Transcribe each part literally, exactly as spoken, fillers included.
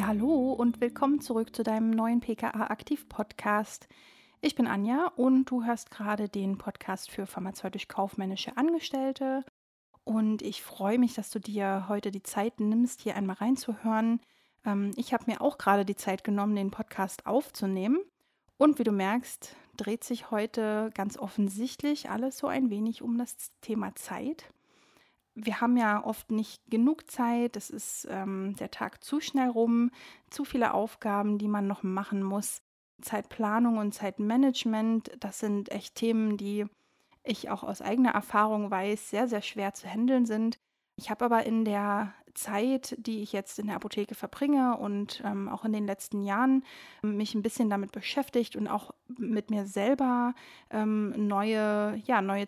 Ja, hallo und willkommen zurück zu deinem neuen P K A-Aktiv-Podcast. Ich bin Anja und du hörst gerade den Podcast für pharmazeutisch-kaufmännische Angestellte. Und ich freue mich, dass du dir heute die Zeit nimmst, hier einmal reinzuhören. Ähm, ich habe mir auch gerade die Zeit genommen, den Podcast aufzunehmen. Und wie du merkst, dreht sich heute ganz offensichtlich alles so ein wenig um das Thema Zeit. Wir haben ja oft nicht genug Zeit, es ist ähm, der Tag zu schnell rum, zu viele Aufgaben, die man noch machen muss. Zeitplanung und Zeitmanagement, das sind echt Themen, die ich auch aus eigener Erfahrung weiß, sehr, sehr schwer zu handeln sind. Ich habe aber in der Zeit, die ich jetzt in der Apotheke verbringe und ähm, auch in den letzten Jahren mich ein bisschen damit beschäftigt und auch mit mir selber ähm, neue, ja, neue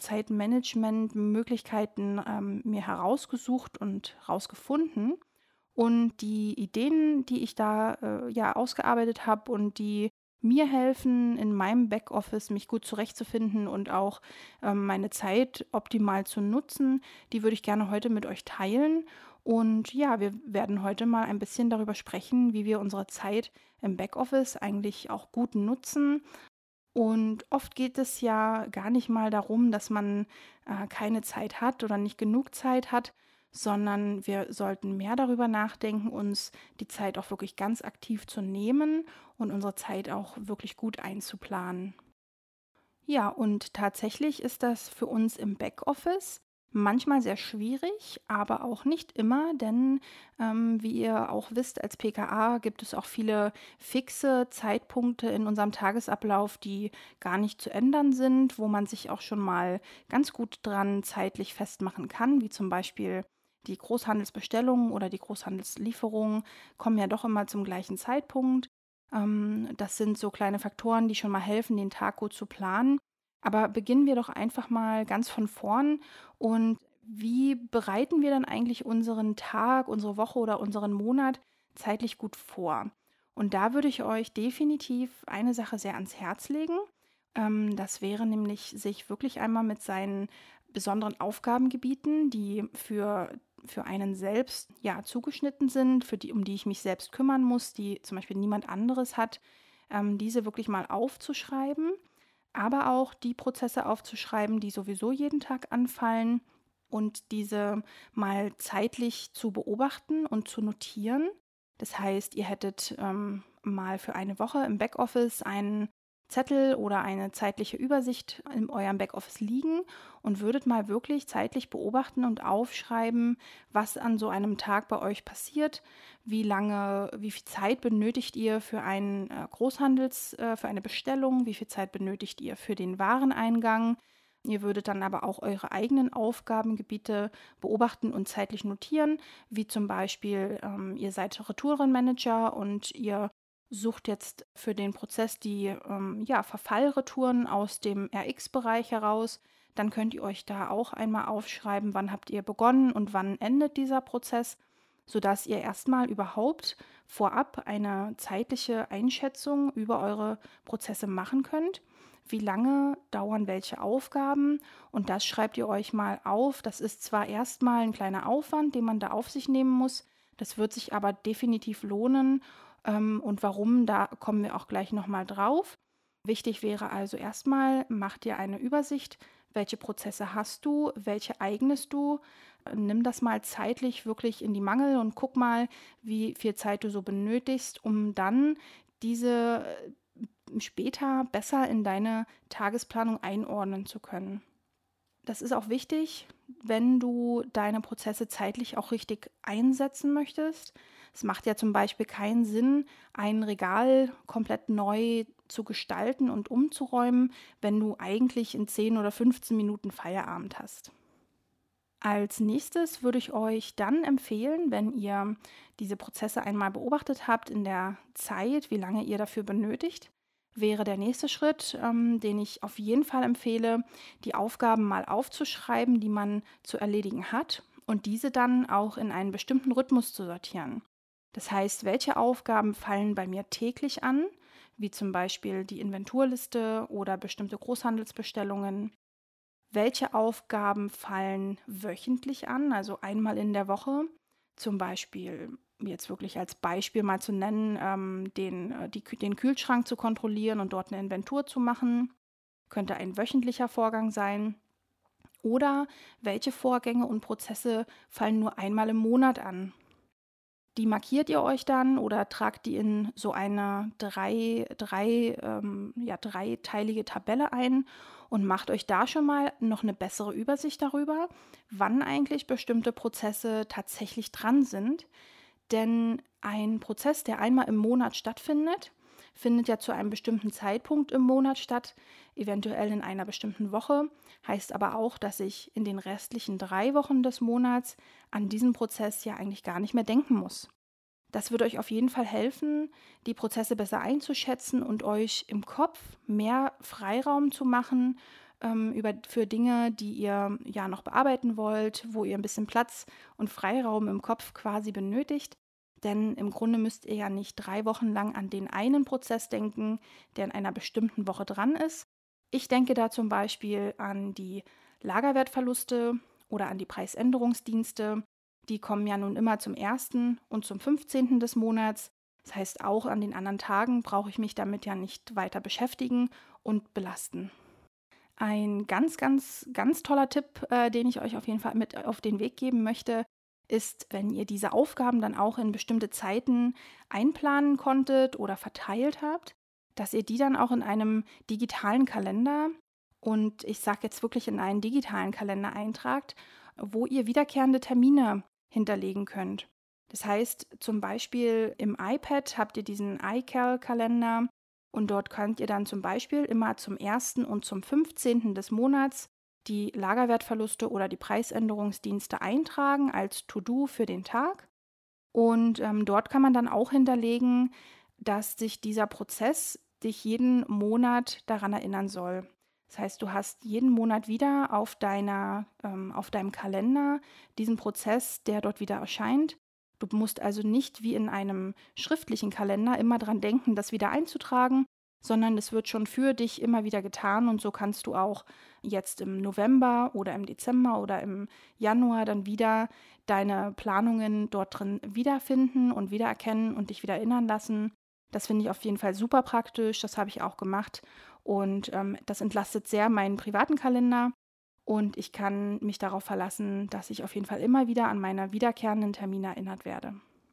Zeitmanagement-Möglichkeiten ähm, mir herausgesucht und herausgefunden. Und die Ideen, die ich da äh, ja ausgearbeitet habe und die mir helfen, in meinem Backoffice mich gut zurechtzufinden und auch ähm, meine Zeit optimal zu nutzen, die würde ich gerne heute mit euch teilen. Und ja, wir werden heute mal ein bisschen darüber sprechen, wie wir unsere Zeit im Backoffice eigentlich auch gut nutzen. Und oft geht es ja gar nicht mal darum, dass man äh, keine Zeit hat oder nicht genug Zeit hat, sondern wir sollten mehr darüber nachdenken, uns die Zeit auch wirklich ganz aktiv zu nehmen und unsere Zeit auch wirklich gut einzuplanen. Ja, und tatsächlich ist das für uns im Backoffice manchmal sehr schwierig, aber auch nicht immer, denn ähm, wie ihr auch wisst, als P K A gibt es auch viele fixe Zeitpunkte in unserem Tagesablauf, die gar nicht zu ändern sind, wo man sich auch schon mal ganz gut dran zeitlich festmachen kann, wie zum Beispiel die Großhandelsbestellungen oder die Großhandelslieferungen kommen ja doch immer zum gleichen Zeitpunkt. Ähm, das sind so kleine Faktoren, die schon mal helfen, den Tag gut zu planen. Aber beginnen wir doch einfach mal ganz von vorn. Und wie bereiten wir dann eigentlich unseren Tag, unsere Woche oder unseren Monat zeitlich gut vor? Und da würde ich euch definitiv eine Sache sehr ans Herz legen. Ähm, das wäre nämlich, sich wirklich einmal mit seinen besonderen Aufgabengebieten, die für für einen selbst ja zugeschnitten sind, für die, um die ich mich selbst kümmern muss, die zum Beispiel niemand anderes hat, ähm, diese wirklich mal aufzuschreiben, aber auch die Prozesse aufzuschreiben, die sowieso jeden Tag anfallen und diese mal zeitlich zu beobachten und zu notieren. Das heißt, ihr hättet ähm, mal für eine Woche im Backoffice einen Zettel oder eine zeitliche Übersicht in eurem Backoffice liegen und würdet mal wirklich zeitlich beobachten und aufschreiben, was an so einem Tag bei euch passiert, wie lange, wie viel Zeit benötigt ihr für einen äh, Großhandels, äh, für eine Bestellung, wie viel Zeit benötigt ihr für den Wareneingang. Ihr würdet dann aber auch eure eigenen Aufgabengebiete beobachten und zeitlich notieren, wie zum Beispiel, ähm, ihr seid Retourenmanager und ihr sucht jetzt für den Prozess die ähm, ja, Verfallretouren aus dem R X-Bereich heraus. Dann könnt ihr euch da auch einmal aufschreiben, wann habt ihr begonnen und wann endet dieser Prozess, sodass ihr erstmal überhaupt vorab eine zeitliche Einschätzung über eure Prozesse machen könnt. Wie lange dauern welche Aufgaben? Und das schreibt ihr euch mal auf. Das ist zwar erstmal ein kleiner Aufwand, den man da auf sich nehmen muss, das wird sich aber definitiv lohnen. Ähm, und warum, da kommen wir auch gleich nochmal drauf. Wichtig wäre also erstmal, mach dir eine Übersicht, welche Prozesse hast du, welche eignest du. Nimm das mal zeitlich wirklich in die Mangel und guck mal, wie viel Zeit du so benötigst, um dann diese äh, später besser in deine Tagesplanung einordnen zu können. Das ist auch wichtig, wenn du deine Prozesse zeitlich auch richtig einsetzen möchtest. Es macht ja zum Beispiel keinen Sinn, ein Regal komplett neu zu gestalten und umzuräumen, wenn du eigentlich in zehn oder fünfzehn Minuten Feierabend hast. Als nächstes würde ich euch dann empfehlen, wenn ihr diese Prozesse einmal beobachtet habt in der Zeit, wie lange ihr dafür benötigt, wäre der nächste Schritt, ähm, den ich auf jeden Fall empfehle, die Aufgaben mal aufzuschreiben, die man zu erledigen hat und diese dann auch in einen bestimmten Rhythmus zu sortieren. Das heißt, welche Aufgaben fallen bei mir täglich an, wie zum Beispiel die Inventurliste oder bestimmte Großhandelsbestellungen. Welche Aufgaben fallen wöchentlich an, also einmal in der Woche, zum Beispiel jetzt wirklich als Beispiel mal zu nennen, ähm, den, äh, die, Kü- den Kühlschrank zu kontrollieren und dort eine Inventur zu machen. Könnte ein wöchentlicher Vorgang sein. Oder welche Vorgänge und Prozesse fallen nur einmal im Monat an? Die markiert ihr euch dann oder tragt die in so eine drei, drei, ähm, ja, dreiteilige Tabelle ein und macht euch da schon mal noch eine bessere Übersicht darüber, wann eigentlich bestimmte Prozesse tatsächlich dran sind. Denn ein Prozess, der einmal im Monat stattfindet, findet ja zu einem bestimmten Zeitpunkt im Monat statt, eventuell in einer bestimmten Woche, heißt aber auch, dass ich in den restlichen drei Wochen des Monats an diesen Prozess ja eigentlich gar nicht mehr denken muss. Das würde euch auf jeden Fall helfen, die Prozesse besser einzuschätzen und euch im Kopf mehr Freiraum zu machen ähm, über, für Dinge, die ihr ja noch bearbeiten wollt, wo ihr ein bisschen Platz und Freiraum im Kopf quasi benötigt. Denn im Grunde müsst ihr ja nicht drei Wochen lang an den einen Prozess denken, der in einer bestimmten Woche dran ist. Ich denke da zum Beispiel an die Lagerwertverluste oder an die Preisänderungsdienste. Die kommen ja nun immer zum ersten und zum fünfzehnten des Monats. Das heißt, auch an den anderen Tagen brauche ich mich damit ja nicht weiter beschäftigen und belasten. Ein ganz, ganz, ganz toller Tipp, äh, den ich euch auf jeden Fall mit auf den Weg geben möchte, ist, wenn ihr diese Aufgaben dann auch in bestimmte Zeiten einplanen konntet oder verteilt habt, dass ihr die dann auch in einem digitalen Kalender, und ich sage jetzt wirklich in einen digitalen Kalender eintragt, wo ihr wiederkehrende Termine hinterlegen könnt. Das heißt, zum Beispiel im iPad habt ihr diesen iCal-Kalender und dort könnt ihr dann zum Beispiel immer zum ersten und zum fünfzehnten des Monats die Lagerwertverluste oder die Preisänderungsdienste eintragen als To-Do für den Tag. Und ähm, dort kann man dann auch hinterlegen, dass sich dieser Prozess dich jeden Monat daran erinnern soll. Das heißt, du hast jeden Monat wieder auf deiner, ähm, auf deinem Kalender diesen Prozess, der dort wieder erscheint. Du musst also nicht wie in einem schriftlichen Kalender immer dran denken, das wieder einzutragen, sondern es wird schon für dich immer wieder getan und so kannst du auch jetzt im November oder im Dezember oder im Januar dann wieder deine Planungen dort drin wiederfinden und wiedererkennen und dich wieder erinnern lassen. Das finde ich auf jeden Fall super praktisch, das habe ich auch gemacht und ähm, das entlastet sehr meinen privaten Kalender und ich kann mich darauf verlassen, dass ich auf jeden Fall immer wieder an meine wiederkehrenden Termine erinnert werde.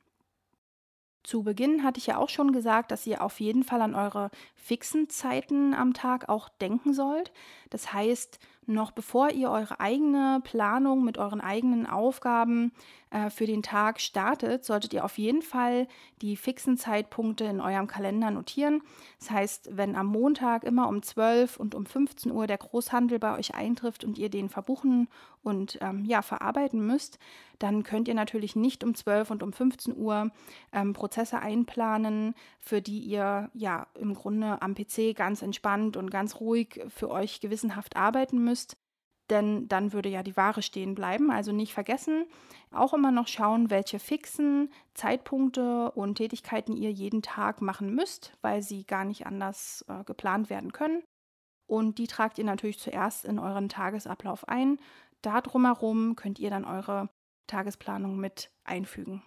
Zu Beginn hatte ich ja auch schon gesagt, dass ihr auf jeden Fall an eure fixen Zeiten am Tag auch denken sollt. Das heißt, noch bevor ihr eure eigene Planung mit euren eigenen Aufgaben äh, für den Tag startet, solltet ihr auf jeden Fall die fixen Zeitpunkte in eurem Kalender notieren. Das heißt, wenn am Montag immer um zwölf und um fünfzehn Uhr der Großhandel bei euch eintrifft und ihr den verbuchen und ähm, ja, verarbeiten müsst, dann könnt ihr natürlich nicht um zwölf und um fünfzehn Uhr ähm, Prozesse einplanen, für die ihr ja im Grunde am P C ganz entspannt und ganz ruhig für euch gewissenhaft arbeiten müsst. Denn dann würde ja die Ware stehen bleiben. Also nicht vergessen, auch immer noch schauen, welche fixen Zeitpunkte und Tätigkeiten ihr jeden Tag machen müsst, weil sie gar nicht anders äh, geplant werden können. Und die tragt ihr natürlich zuerst in euren Tagesablauf ein. Da drumherum könnt ihr dann eure Tagesplanung mit einfügen.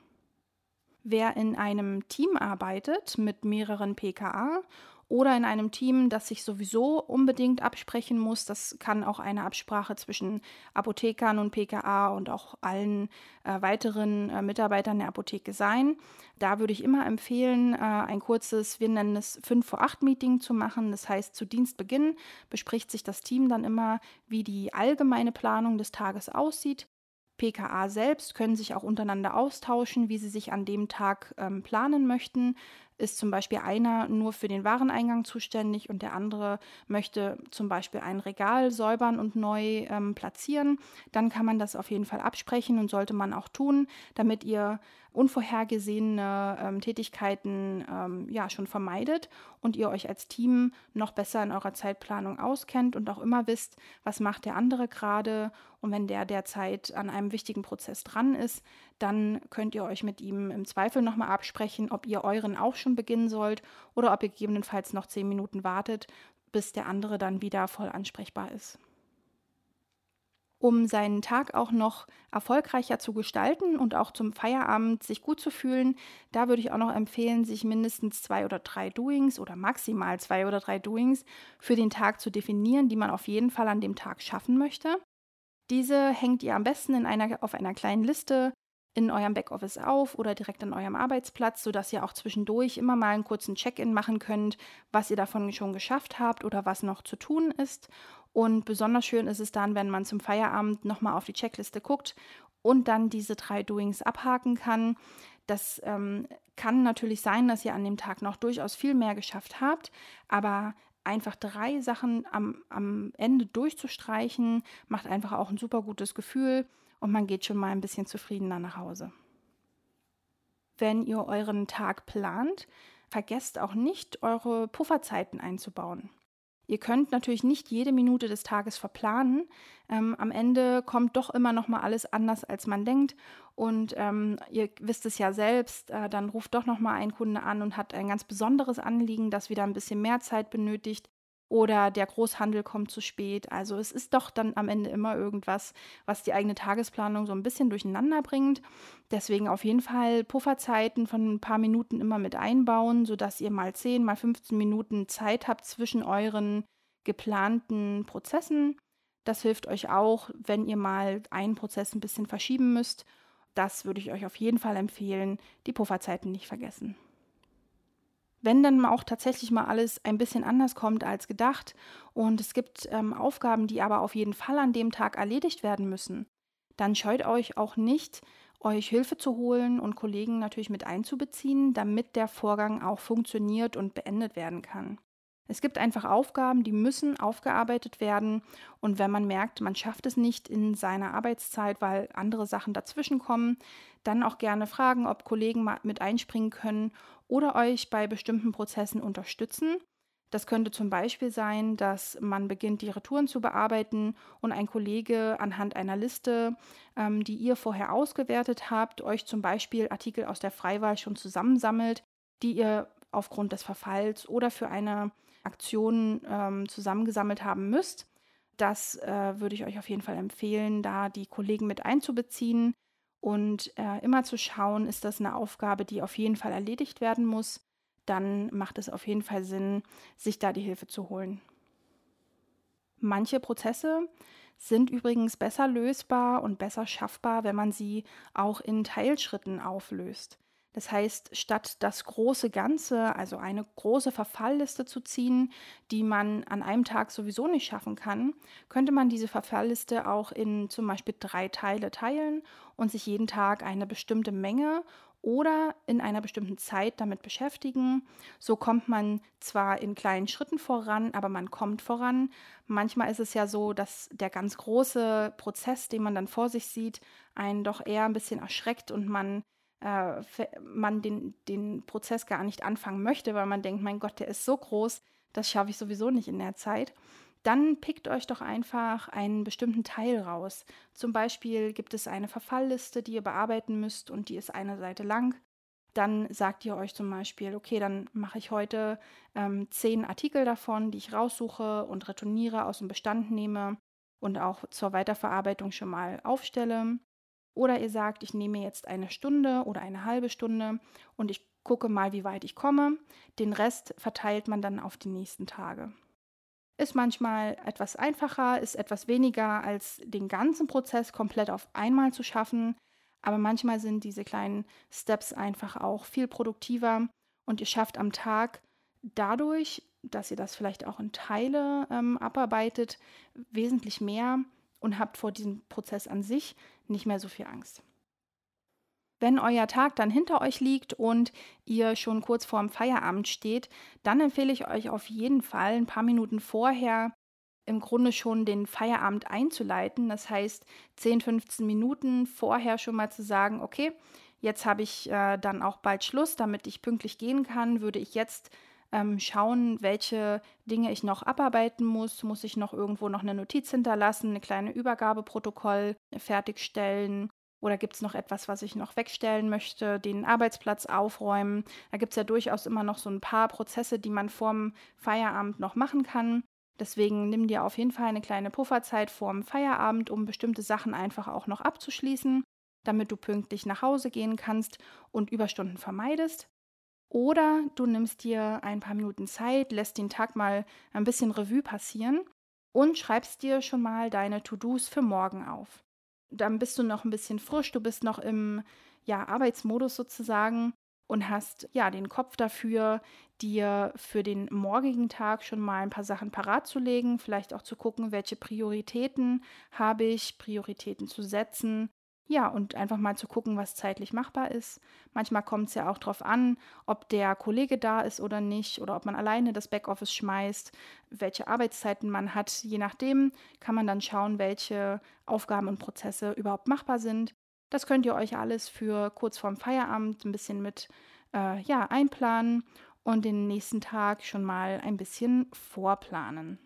Wer in einem Team arbeitet mit mehreren P K A oder in einem Team, das sich sowieso unbedingt absprechen muss, das kann auch eine Absprache zwischen Apothekern und P K A und auch allen äh, weiteren äh, Mitarbeitern der Apotheke sein. Da würde ich immer empfehlen, äh, ein kurzes, wir nennen es fünf vor acht Meeting zu machen. Das heißt, zu Dienstbeginn bespricht sich das Team dann immer, wie die allgemeine Planung des Tages aussieht. P K A selbst können sich auch untereinander austauschen, wie sie sich an dem Tag ähm, planen möchten. Ist zum Beispiel einer nur für den Wareneingang zuständig und der andere möchte zum Beispiel ein Regal säubern und neu ähm, platzieren, dann kann man das auf jeden Fall absprechen und sollte man auch tun, damit ihr unvorhergesehene ähm, Tätigkeiten ähm, ja, schon vermeidet und ihr euch als Team noch besser in eurer Zeitplanung auskennt und auch immer wisst, was macht der andere gerade. Und wenn der derzeit an einem wichtigen Prozess dran ist, dann könnt ihr euch mit ihm im Zweifel nochmal absprechen, ob ihr euren auch schon beginnen sollt oder ob ihr gegebenenfalls noch zehn Minuten wartet, bis der andere dann wieder voll ansprechbar ist. Um seinen Tag auch noch erfolgreicher zu gestalten und auch zum Feierabend sich gut zu fühlen, da würde ich auch noch empfehlen, sich mindestens zwei oder drei Doings oder maximal zwei oder drei Doings für den Tag zu definieren, die man auf jeden Fall an dem Tag schaffen möchte. Diese hängt ihr am besten in einer, auf einer kleinen Liste in eurem Backoffice auf oder direkt an eurem Arbeitsplatz, sodass ihr auch zwischendurch immer mal einen kurzen Check-in machen könnt, was ihr davon schon geschafft habt oder was noch zu tun ist. Und besonders schön ist es dann, wenn man zum Feierabend nochmal auf die Checkliste guckt und dann diese drei Doings abhaken kann. Das ähm, kann natürlich sein, dass ihr an dem Tag noch durchaus viel mehr geschafft habt, aber einfach drei Sachen am, am Ende durchzustreichen, macht einfach auch ein super gutes Gefühl und man geht schon mal ein bisschen zufriedener nach Hause. Wenn ihr euren Tag plant, vergesst auch nicht, eure Pufferzeiten einzubauen. Ihr könnt natürlich nicht jede Minute des Tages verplanen. Ähm, am Ende kommt doch immer noch mal alles anders, als man denkt. Und ähm, ihr wisst es ja selbst, äh, dann ruft doch noch mal ein Kunde an und hat ein ganz besonderes Anliegen, das wieder ein bisschen mehr Zeit benötigt. Oder der Großhandel kommt zu spät. Also es ist doch dann am Ende immer irgendwas, was die eigene Tagesplanung so ein bisschen durcheinander bringt. Deswegen auf jeden Fall Pufferzeiten von ein paar Minuten immer mit einbauen, sodass ihr mal zehn, mal fünfzehn Minuten Zeit habt zwischen euren geplanten Prozessen. Das hilft euch auch, wenn ihr mal einen Prozess ein bisschen verschieben müsst. Das würde ich euch auf jeden Fall empfehlen, die Pufferzeiten nicht vergessen. Wenn dann auch tatsächlich mal alles ein bisschen anders kommt als gedacht und es gibt ähm, Aufgaben, die aber auf jeden Fall an dem Tag erledigt werden müssen, dann scheut euch auch nicht, euch Hilfe zu holen und Kollegen natürlich mit einzubeziehen, damit der Vorgang auch funktioniert und beendet werden kann. Es gibt einfach Aufgaben, die müssen aufgearbeitet werden und wenn man merkt, man schafft es nicht in seiner Arbeitszeit, weil andere Sachen dazwischen kommen, dann auch gerne fragen, ob Kollegen mal mit einspringen können oder euch bei bestimmten Prozessen unterstützen. Das könnte zum Beispiel sein, dass man beginnt, die Retouren zu bearbeiten und ein Kollege anhand einer Liste, ähm, die ihr vorher ausgewertet habt, euch zum Beispiel Artikel aus der Freiwahl schon zusammensammelt, die ihr aufgrund des Verfalls oder für eine Aktion ähm, zusammengesammelt haben müsst. Das äh, würde ich euch auf jeden Fall empfehlen, da die Kollegen mit einzubeziehen und äh, immer zu schauen, ist das eine Aufgabe, die auf jeden Fall erledigt werden muss. Dann macht es auf jeden Fall Sinn, sich da die Hilfe zu holen. Manche Prozesse sind übrigens besser lösbar und besser schaffbar, wenn man sie auch in Teilschritten auflöst. Das heißt, statt das große Ganze, also eine große Verfallliste zu ziehen, die man an einem Tag sowieso nicht schaffen kann, könnte man diese Verfallliste auch in zum Beispiel drei Teile teilen und sich jeden Tag eine bestimmte Menge oder in einer bestimmten Zeit damit beschäftigen. So kommt man zwar in kleinen Schritten voran, aber man kommt voran. Manchmal ist es ja so, dass der ganz große Prozess, den man dann vor sich sieht, einen doch eher ein bisschen erschreckt und man äh, man den, den Prozess gar nicht anfangen möchte, weil man denkt, mein Gott, der ist so groß, das schaffe ich sowieso nicht in der Zeit. Dann pickt euch doch einfach einen bestimmten Teil raus. Zum Beispiel gibt es eine Verfallliste, die ihr bearbeiten müsst und die ist eine Seite lang. Dann sagt ihr euch zum Beispiel, okay, dann mache ich heute ähm, zehn Artikel davon, die ich raussuche und retourniere, aus dem Bestand nehme und auch zur Weiterverarbeitung schon mal aufstelle. Oder ihr sagt, ich nehme jetzt eine Stunde oder eine halbe Stunde und ich gucke mal, wie weit ich komme. Den Rest verteilt man dann auf die nächsten Tage. Ist manchmal etwas einfacher, ist etwas weniger, als den ganzen Prozess komplett auf einmal zu schaffen. Aber manchmal sind diese kleinen Steps einfach auch viel produktiver und ihr schafft am Tag dadurch, dass ihr das vielleicht auch in Teile ähm, abarbeitet, wesentlich mehr und habt vor diesem Prozess an sich nicht mehr so viel Angst. Wenn euer Tag dann hinter euch liegt und ihr schon kurz vorm Feierabend steht, dann empfehle ich euch auf jeden Fall ein paar Minuten vorher im Grunde schon den Feierabend einzuleiten. Das heißt, zehn, fünfzehn Minuten vorher schon mal zu sagen, okay, jetzt habe ich äh, dann auch bald Schluss, damit ich pünktlich gehen kann, würde ich jetzt ähm, schauen, welche Dinge ich noch abarbeiten muss. Muss ich noch irgendwo noch eine Notiz hinterlassen, eine kleine Übergabeprotokoll fertigstellen? Oder gibt es noch etwas, was ich noch wegstellen möchte, den Arbeitsplatz aufräumen? Da gibt es ja durchaus immer noch so ein paar Prozesse, die man vorm Feierabend noch machen kann. Deswegen nimm dir auf jeden Fall eine kleine Pufferzeit vorm Feierabend, um bestimmte Sachen einfach auch noch abzuschließen, damit du pünktlich nach Hause gehen kannst und Überstunden vermeidest. Oder du nimmst dir ein paar Minuten Zeit, lässt den Tag mal ein bisschen Revue passieren und schreibst dir schon mal deine To-Dos für morgen auf. Dann bist du noch ein bisschen frisch, du bist noch im, ja, Arbeitsmodus sozusagen und hast, ja, den Kopf dafür, dir für den morgigen Tag schon mal ein paar Sachen parat zu legen, vielleicht auch zu gucken, welche Prioritäten habe ich, Prioritäten zu setzen. Ja, und einfach mal zu gucken, was zeitlich machbar ist. Manchmal kommt es ja auch darauf an, ob der Kollege da ist oder nicht oder ob man alleine das Backoffice schmeißt, welche Arbeitszeiten man hat. Je nachdem kann man dann schauen, welche Aufgaben und Prozesse überhaupt machbar sind. Das könnt ihr euch alles für kurz vorm Feierabend ein bisschen mit äh, ja, einplanen und den nächsten Tag schon mal ein bisschen vorplanen.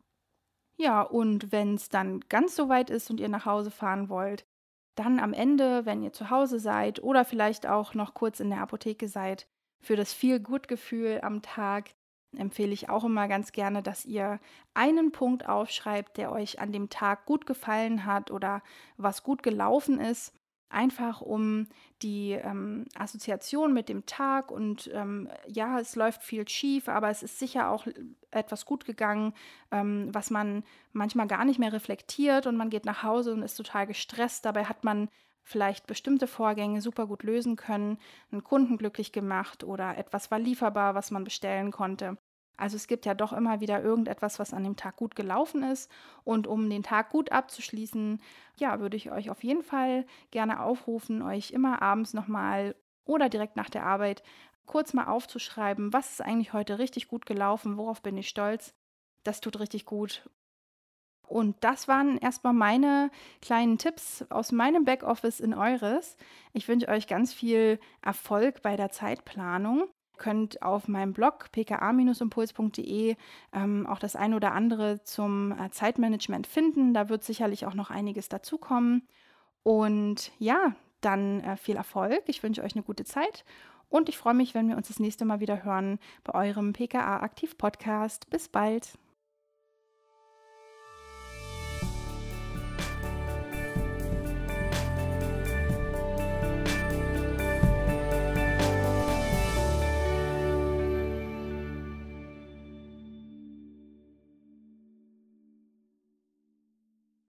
Ja, und wenn es dann ganz so weit ist und ihr nach Hause fahren wollt, dann am Ende, wenn ihr zu Hause seid oder vielleicht auch noch kurz in der Apotheke seid, für das Feel-Good-Gefühl am Tag empfehle ich auch immer ganz gerne, dass ihr einen Punkt aufschreibt, der euch an dem Tag gut gefallen hat oder was gut gelaufen ist. Einfach um die ähm, Assoziation mit dem Tag und ähm, ja, es läuft viel schief, aber es ist sicher auch etwas gut gegangen, ähm, was man manchmal gar nicht mehr reflektiert und man geht nach Hause und ist total gestresst. Dabei hat man vielleicht bestimmte Vorgänge super gut lösen können, einen Kunden glücklich gemacht oder etwas war lieferbar, was man bestellen konnte. Also es gibt ja doch immer wieder irgendetwas, was an dem Tag gut gelaufen ist. Und um den Tag gut abzuschließen, ja, würde ich euch auf jeden Fall gerne aufrufen, euch immer abends nochmal oder direkt nach der Arbeit kurz mal aufzuschreiben, was ist eigentlich heute richtig gut gelaufen, worauf bin ich stolz. Das tut richtig gut. Und das waren erstmal meine kleinen Tipps aus meinem Backoffice in eures. Ich wünsche euch ganz viel Erfolg bei der Zeitplanung. Ihr könnt auf meinem Blog p k a impuls punkt d e ähm, auch das ein oder andere zum äh, Zeitmanagement finden. Da wird sicherlich auch noch einiges dazukommen. Und ja, dann äh, viel Erfolg. Ich wünsche euch eine gute Zeit und ich freue mich, wenn wir uns das nächste Mal wieder hören bei eurem P K A Aktiv Podcast. Bis bald.